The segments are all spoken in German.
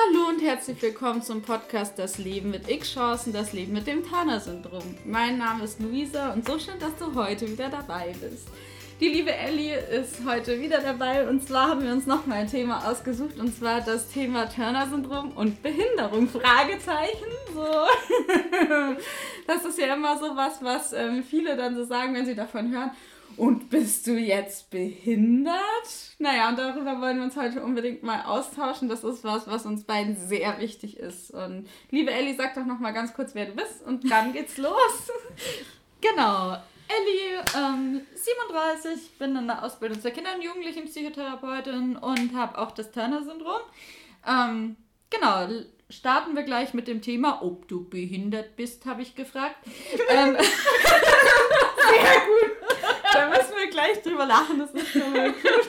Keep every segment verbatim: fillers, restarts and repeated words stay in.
Hallo und herzlich willkommen zum Podcast Das Leben mit X-Chancen, das Leben mit dem Turner-Syndrom. Mein Name ist Luisa und so schön, dass du heute wieder dabei bist. Die liebe Ellie ist heute wieder dabei und zwar haben wir uns nochmal ein Thema ausgesucht und zwar das Thema Turner-Syndrom und Behinderung, Fragezeichen, so. Das ist ja immer so was, was ähm, viele dann so sagen, wenn sie davon hören. Und bist du jetzt behindert? Naja, und darüber wollen wir uns heute unbedingt mal austauschen. Das ist was, was uns beiden sehr wichtig ist. Und liebe Ellie, sag doch noch mal ganz kurz, wer du bist und dann geht's los. Genau, Ellie, ähm, siebenunddreißig, bin in der Ausbildung zur Kinder- und Jugendlichen-Psychotherapeutin und habe auch das Turner-Syndrom. Ähm, genau, starten wir gleich mit dem Thema, ob du behindert bist, habe ich gefragt. ähm, sehr gut. Da müssen wir gleich drüber lachen, das ist schon mal gut.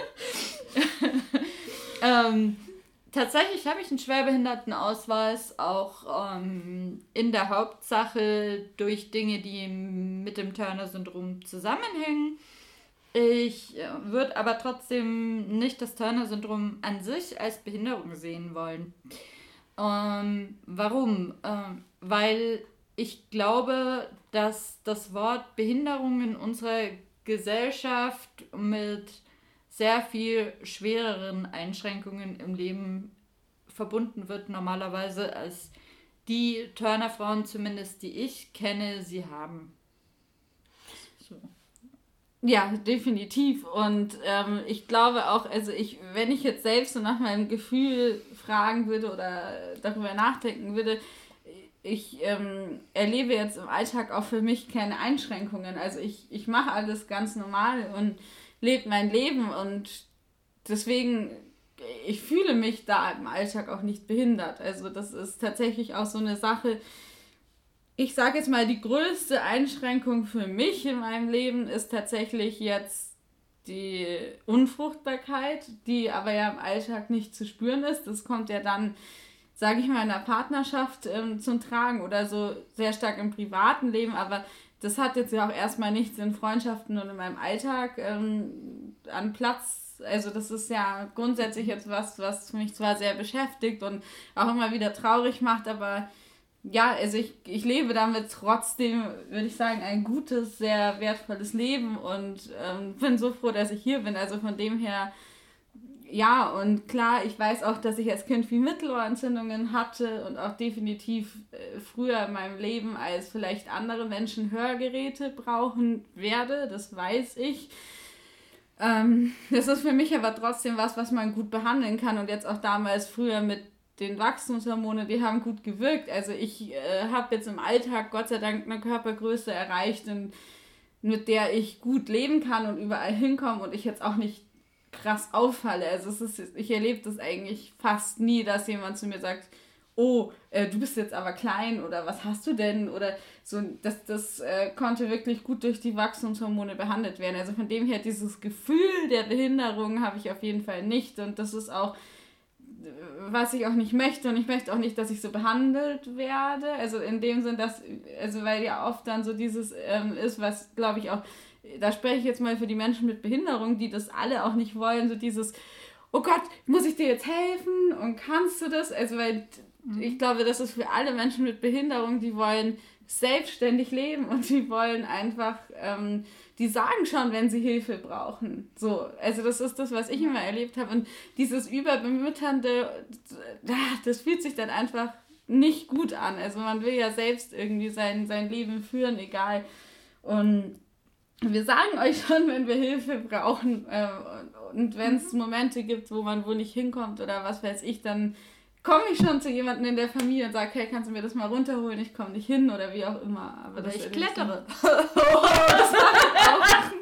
ähm, tatsächlich habe ich einen Schwerbehindertenausweis, auch ähm, in der Hauptsache durch Dinge, die mit dem Turner-Syndrom zusammenhängen. Ich äh, würde aber trotzdem nicht das Turner-Syndrom an sich als Behinderung sehen wollen. Ähm, warum? Ähm, weil ich glaube, dass das Wort Behinderung in unserer Gesellschaft mit sehr viel schwereren Einschränkungen im Leben verbunden wird, normalerweise, als die Turner-Frauen, zumindest die ich kenne, sie haben. So. Ja, definitiv. Und ähm, ich glaube auch, also ich, wenn ich jetzt selbst so nach meinem Gefühl fragen würde oder darüber nachdenken würde, ich ähm, erlebe jetzt im Alltag auch für mich keine Einschränkungen. Also ich, ich mache alles ganz normal und lebe mein Leben und deswegen, ich fühle mich da im Alltag auch nicht behindert. Also das ist tatsächlich auch so eine Sache. Ich sage jetzt mal, die größte Einschränkung für mich in meinem Leben ist tatsächlich jetzt die Unfruchtbarkeit, die aber ja im Alltag nicht zu spüren ist. Das kommt ja dann, sage ich mal, in der Partnerschaft ähm, zum Tragen oder so sehr stark im privaten Leben, aber das hat jetzt ja auch erstmal nichts in Freundschaften und in meinem Alltag ähm, an Platz. Also das ist ja grundsätzlich jetzt was, was mich zwar sehr beschäftigt und auch immer wieder traurig macht, aber ja, also ich, ich lebe damit trotzdem, würde ich sagen, ein gutes, sehr wertvolles Leben und ähm, bin so froh, dass ich hier bin. Also von dem her, ja, und klar, ich weiß auch, dass ich als Kind viel Mittelohrentzündungen hatte und auch definitiv äh, früher in meinem Leben als vielleicht andere Menschen Hörgeräte brauchen werde, das weiß ich. Ähm, das ist für mich aber trotzdem was, was man gut behandeln kann und jetzt auch damals früher mit den Wachstumshormone, die haben gut gewirkt. Also ich äh, habe jetzt im Alltag Gott sei Dank eine Körpergröße erreicht, und mit der ich gut leben kann und überall hinkomme und ich jetzt auch nicht krass auffalle. Also es ist, ich erlebe das eigentlich fast nie, dass jemand zu mir sagt, oh, äh, du bist jetzt aber klein oder was hast du denn? Oder so, das, das äh, konnte wirklich gut durch die Wachstumshormone behandelt werden. Also von dem her, dieses Gefühl der Behinderung habe ich auf jeden Fall nicht und das ist auch, was ich auch nicht möchte, und ich möchte auch nicht, dass ich so behandelt werde. Also in dem Sinn, dass, also weil ja oft dann so dieses ähm, ist, was glaube ich auch, da spreche ich jetzt mal für die Menschen mit Behinderung, die das alle auch nicht wollen, so dieses, oh Gott, muss ich dir jetzt helfen und kannst du das? Also weil mhm. ich glaube, das ist für alle Menschen mit Behinderung, die wollen selbstständig leben und die wollen einfach, ähm, die sagen schon, wenn sie Hilfe brauchen. So, also das ist das, was ich immer erlebt habe. Und dieses Überbemütternde, das fühlt sich dann einfach nicht gut an. Also man will ja selbst irgendwie sein, sein Leben führen, egal. Und wir sagen euch schon, wenn wir Hilfe brauchen. Äh, und wenn es Momente gibt, wo man wo nicht hinkommt oder was weiß ich, dann komme ich schon zu jemandem in der Familie und sage, hey, kannst du mir das mal runterholen? Ich komme nicht hin oder wie auch immer. Aber oder das ich klettere. Oh, das mache ich auch.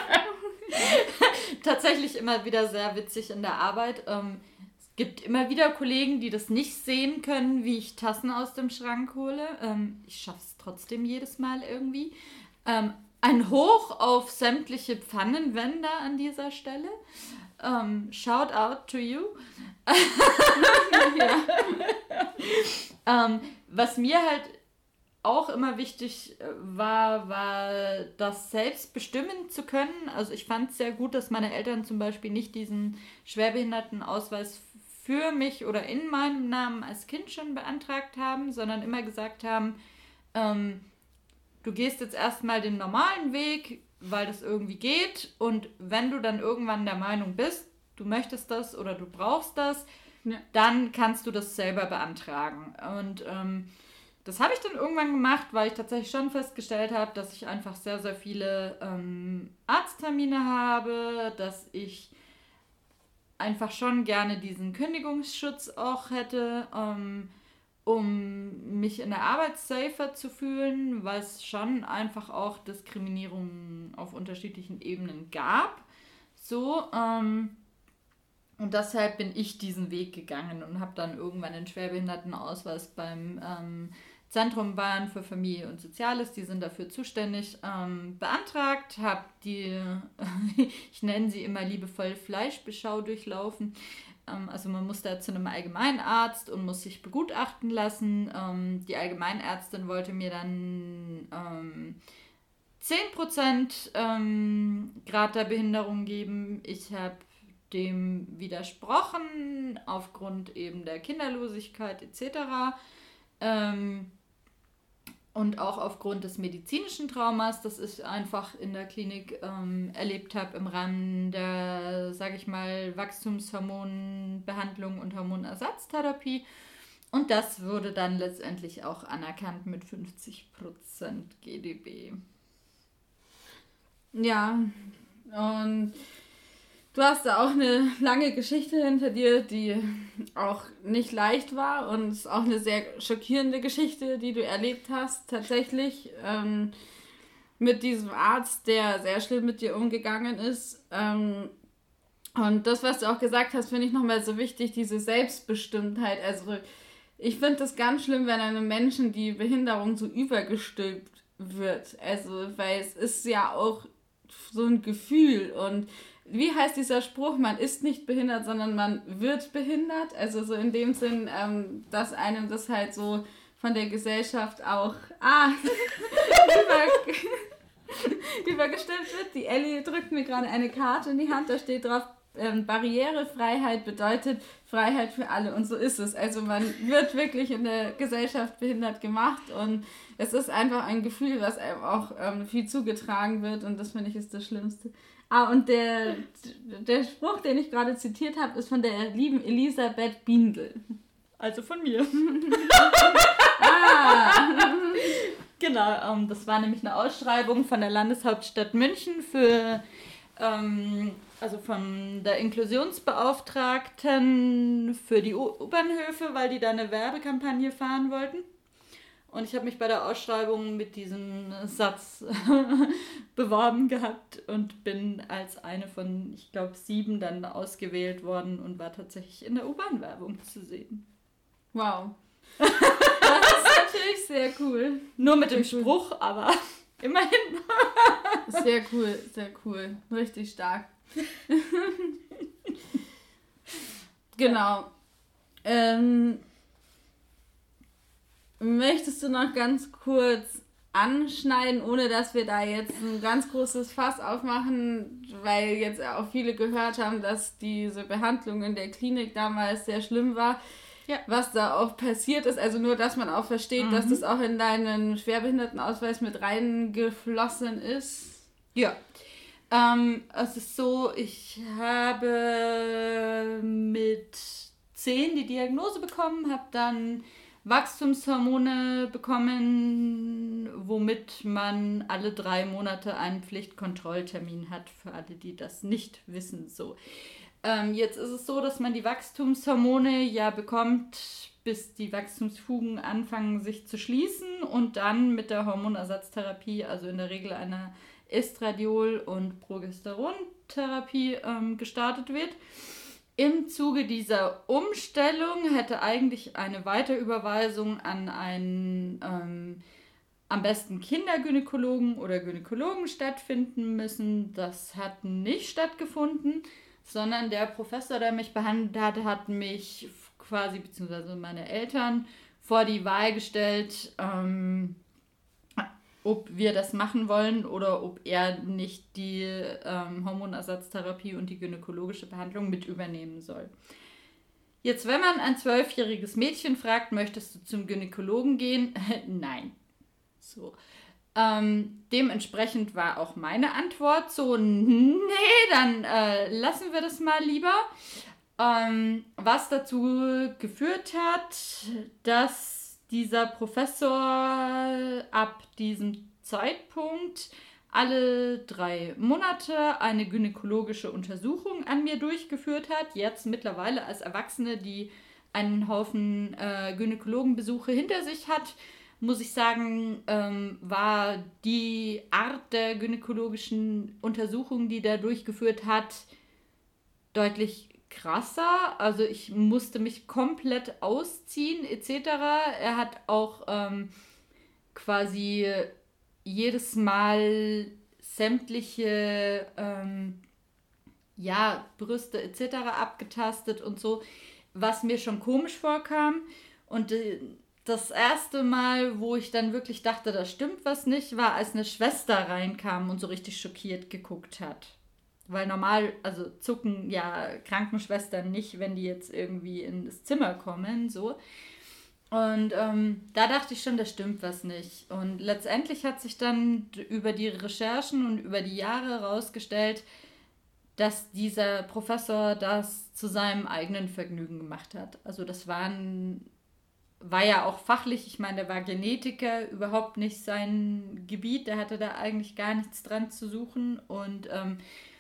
Tatsächlich immer wieder sehr witzig in der Arbeit. Ähm, es gibt immer wieder Kollegen, die das nicht sehen können, wie ich Tassen aus dem Schrank hole. Ähm, ich schaffe es trotzdem jedes Mal irgendwie. Ähm, ein Hoch auf sämtliche Pfannenwender an dieser Stelle. Um, shout out to you. um, was mir halt auch immer wichtig war, war das selbst bestimmen zu können. Also ich fand es sehr gut, dass meine Eltern zum Beispiel nicht diesen Schwerbehindertenausweis für mich oder in meinem Namen als Kind schon beantragt haben, sondern immer gesagt haben, ähm, du gehst jetzt erstmal den normalen Weg, weil das irgendwie geht, und wenn du dann irgendwann der Meinung bist, du möchtest das oder du brauchst das, ja. dann kannst du das selber beantragen. Und ähm, das habe ich dann irgendwann gemacht, weil ich tatsächlich schon festgestellt habe, dass ich einfach sehr, sehr viele ähm, Arzttermine habe, dass ich einfach schon gerne diesen Kündigungsschutz auch hätte, ähm, um mich in der Arbeit safer zu fühlen, weil es schon einfach auch Diskriminierung auf unterschiedlichen Ebenen gab. So, ähm, und deshalb bin ich diesen Weg gegangen und habe dann irgendwann den Schwerbehindertenausweis beim ähm, Zentrum Bayern für Familie und Soziales, die sind dafür zuständig, ähm, beantragt, habe die, ich nenne sie immer liebevoll Fleischbeschau durchlaufen. Ähm, also man muss da zu einem Allgemeinarzt und muss sich begutachten lassen. Ähm, die Allgemeinärztin wollte mir dann ähm, zehn Prozent ähm, Grad der Behinderung geben. Ich habe dem widersprochen, aufgrund eben der Kinderlosigkeit et cetera. Ähm, und auch aufgrund des medizinischen Traumas, das ich einfach in der Klinik ähm, erlebt habe im Rahmen der, sage ich mal, Wachstumshormonbehandlung und Hormonersatztherapie. Und das wurde dann letztendlich auch anerkannt mit fünfzig Prozent G D B. Ja, und du hast da auch eine lange Geschichte hinter dir, die auch nicht leicht war, und es ist auch eine sehr schockierende Geschichte, die du erlebt hast, tatsächlich, ähm, mit diesem Arzt, der sehr schlimm mit dir umgegangen ist. Ähm, und das, was du auch gesagt hast, finde ich nochmal so wichtig, diese Selbstbestimmtheit. Also ich finde das ganz schlimm, wenn einem Menschen die Behinderung so übergestülpt wird. Also, weil es ist ja auch so ein Gefühl, und wie heißt dieser Spruch, man ist nicht behindert, sondern man wird behindert? Also so in dem Sinn, ähm, dass einem das halt so von der Gesellschaft auch ah, über, übergestimmt wird. Die Ellie drückt mir gerade eine Karte in die Hand, da steht drauf, ähm, Barrierefreiheit bedeutet Freiheit für alle, und so ist es. Also man wird wirklich in der Gesellschaft behindert gemacht, und es ist einfach ein Gefühl, was einem auch ähm, viel zugetragen wird, und das finde ich ist das Schlimmste. Ah, und der, der Spruch, den ich gerade zitiert habe, ist von der lieben Elisabeth Bindel. Also von mir. ah. Genau, ähm, das war nämlich eine Ausschreibung von der Landeshauptstadt München für, ähm, also von der Inklusionsbeauftragten für die U-Bahnhöfe, weil die da eine Werbekampagne fahren wollten. Und ich habe mich bei der Ausschreibung mit diesem Satz beworben gehabt und bin als eine von, ich glaube, sieben dann ausgewählt worden und war tatsächlich in der U-Bahn-Werbung zu sehen. Wow. Das ist natürlich sehr cool. Nur mit dem Spruch, aber immerhin. Sehr cool, sehr cool. Richtig stark. Genau. Ähm... Möchtest du noch ganz kurz anschneiden, ohne dass wir da jetzt ein ganz großes Fass aufmachen, weil jetzt auch viele gehört haben, dass diese Behandlung in der Klinik damals sehr schlimm war, ja. Was da auch passiert ist. Also nur, dass man auch versteht, mhm. dass das auch in deinen Schwerbehindertenausweis mit reingeflossen ist. Ja, ähm, es ist so, ich habe mit zehn die Diagnose bekommen, habe dann Wachstumshormone bekommen, womit man alle drei Monate einen Pflichtkontrolltermin hat, für alle, die das nicht wissen. So. Ähm, jetzt ist es so, dass man die Wachstumshormone ja bekommt, bis die Wachstumsfugen anfangen sich zu schließen, und dann mit der Hormonersatztherapie, also in der Regel einer Estradiol- und Progesterontherapie, ähm, gestartet wird. Im Zuge dieser Umstellung hätte eigentlich eine Weiterüberweisung an einen ähm, am besten Kindergynäkologen oder Gynäkologen stattfinden müssen. Das hat nicht stattgefunden, sondern der Professor, der mich behandelt hat, hat mich quasi, beziehungsweise meine Eltern, vor die Wahl gestellt, ähm, ob wir das machen wollen oder ob er nicht die ähm, Hormonersatztherapie und die gynäkologische Behandlung mit übernehmen soll. Jetzt, wenn man ein zwölfjähriges Mädchen fragt, möchtest du zum Gynäkologen gehen? Nein. So. Ähm, dementsprechend war auch meine Antwort so, nee, dann äh, lassen wir das mal lieber. Ähm, was dazu geführt hat, dass dieser Professor ab diesem Zeitpunkt alle drei Monate eine gynäkologische Untersuchung an mir durchgeführt hat. Jetzt mittlerweile als Erwachsene, die einen Haufen äh, Gynäkologenbesuche hinter sich hat, muss ich sagen, ähm, war die Art der gynäkologischen Untersuchung, die der durchgeführt hat, deutlich krasser. Also ich musste mich komplett ausziehen et cetera. Er hat auch ähm, quasi jedes Mal sämtliche ähm, ja, Brüste et cetera abgetastet und so, was mir schon komisch vorkam. Und äh, das erste Mal, wo ich dann wirklich dachte, da stimmt was nicht, war, als eine Schwester reinkam und so richtig schockiert geguckt hat. Weil normal, also zucken ja Krankenschwestern nicht, wenn die jetzt irgendwie in das Zimmer kommen, so. Und ähm, da dachte ich schon, da stimmt was nicht. Und letztendlich hat sich dann über die Recherchen und über die Jahre herausgestellt, dass dieser Professor das zu seinem eigenen Vergnügen gemacht hat. Also das waren, war ja auch fachlich, ich meine, der war Genetiker, überhaupt nicht sein Gebiet, der hatte da eigentlich gar nichts dran zu suchen. Und ähm,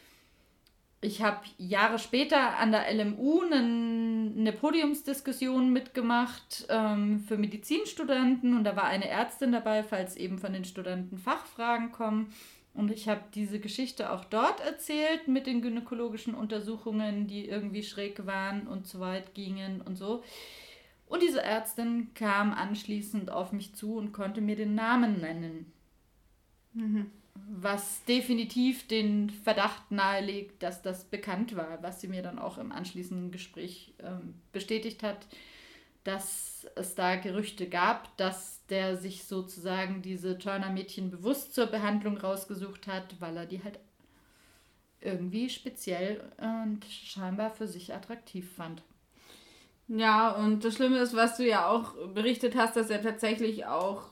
ich habe Jahre später an der L M U einen, eine Podiumsdiskussion mitgemacht ähm, für Medizinstudenten und da war eine Ärztin dabei, falls eben von den Studenten Fachfragen kommen. Und ich habe diese Geschichte auch dort erzählt mit den gynäkologischen Untersuchungen, die irgendwie schräg waren und zu weit gingen und so. Und diese Ärztin kam anschließend auf mich zu und konnte mir den Namen nennen. Mhm. Was definitiv den Verdacht nahelegt, dass das bekannt war, was sie mir dann auch im anschließenden Gespräch ähm, bestätigt hat, dass es da Gerüchte gab, dass der sich sozusagen diese Turner-Mädchen bewusst zur Behandlung rausgesucht hat, weil er die halt irgendwie speziell und scheinbar für sich attraktiv fand. Ja, und das Schlimme ist, was du ja auch berichtet hast, dass er tatsächlich auch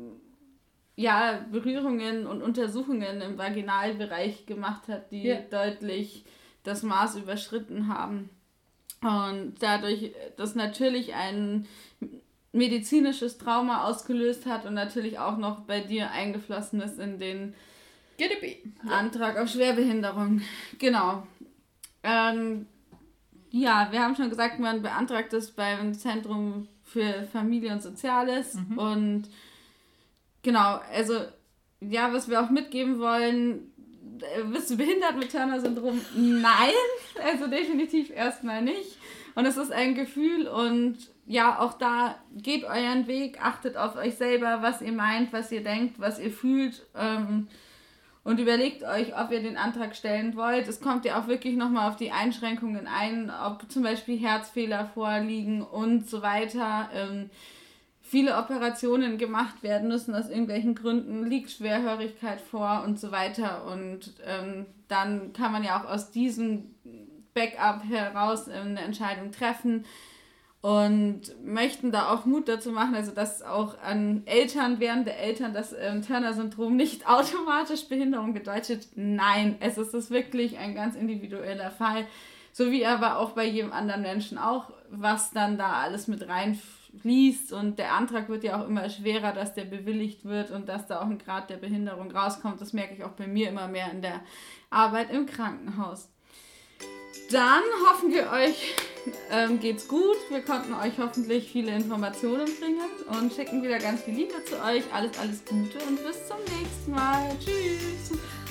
ja, Berührungen und Untersuchungen im Vaginalbereich gemacht hat, die ja. deutlich das Maß überschritten haben. Und dadurch das natürlich ein medizinisches Trauma ausgelöst hat und natürlich auch noch bei dir eingeflossen ist in den ja. Antrag auf Schwerbehinderung. Genau. Ähm, ja, wir haben schon gesagt, man beantragt es beim Zentrum für Familie und Soziales mhm. und genau, also, ja, was wir auch mitgeben wollen, bist du behindert mit Turner-Syndrom? Nein, also definitiv erstmal nicht. Und es ist ein Gefühl und ja, auch da geht euren Weg, achtet auf euch selber, was ihr meint, was ihr denkt, was ihr fühlt ähm, und überlegt euch, ob ihr den Antrag stellen wollt. Es kommt ja auch wirklich nochmal auf die Einschränkungen ein, ob zum Beispiel Herzfehler vorliegen und so weiter. Ähm, viele Operationen gemacht werden müssen, aus irgendwelchen Gründen liegt Schwerhörigkeit vor und so weiter. Und ähm, dann kann man ja auch aus diesem Backup heraus eine Entscheidung treffen und möchten da auch Mut dazu machen, also dass auch an Eltern, während der Eltern das ähm, Turner-Syndrom nicht automatisch Behinderung bedeutet. Nein, es ist es wirklich ein ganz individueller Fall, so wie aber auch bei jedem anderen Menschen auch, was dann da alles mit reinfließt. Und der Antrag wird ja auch immer schwerer, dass der bewilligt wird und dass da auch ein Grad der Behinderung rauskommt. Das merke ich auch bei mir immer mehr in der Arbeit im Krankenhaus. Dann hoffen wir euch, ähm, geht's gut. Wir konnten euch hoffentlich viele Informationen bringen und schicken wieder ganz viel Liebe zu euch. Alles, alles Gute und bis zum nächsten Mal. Tschüss.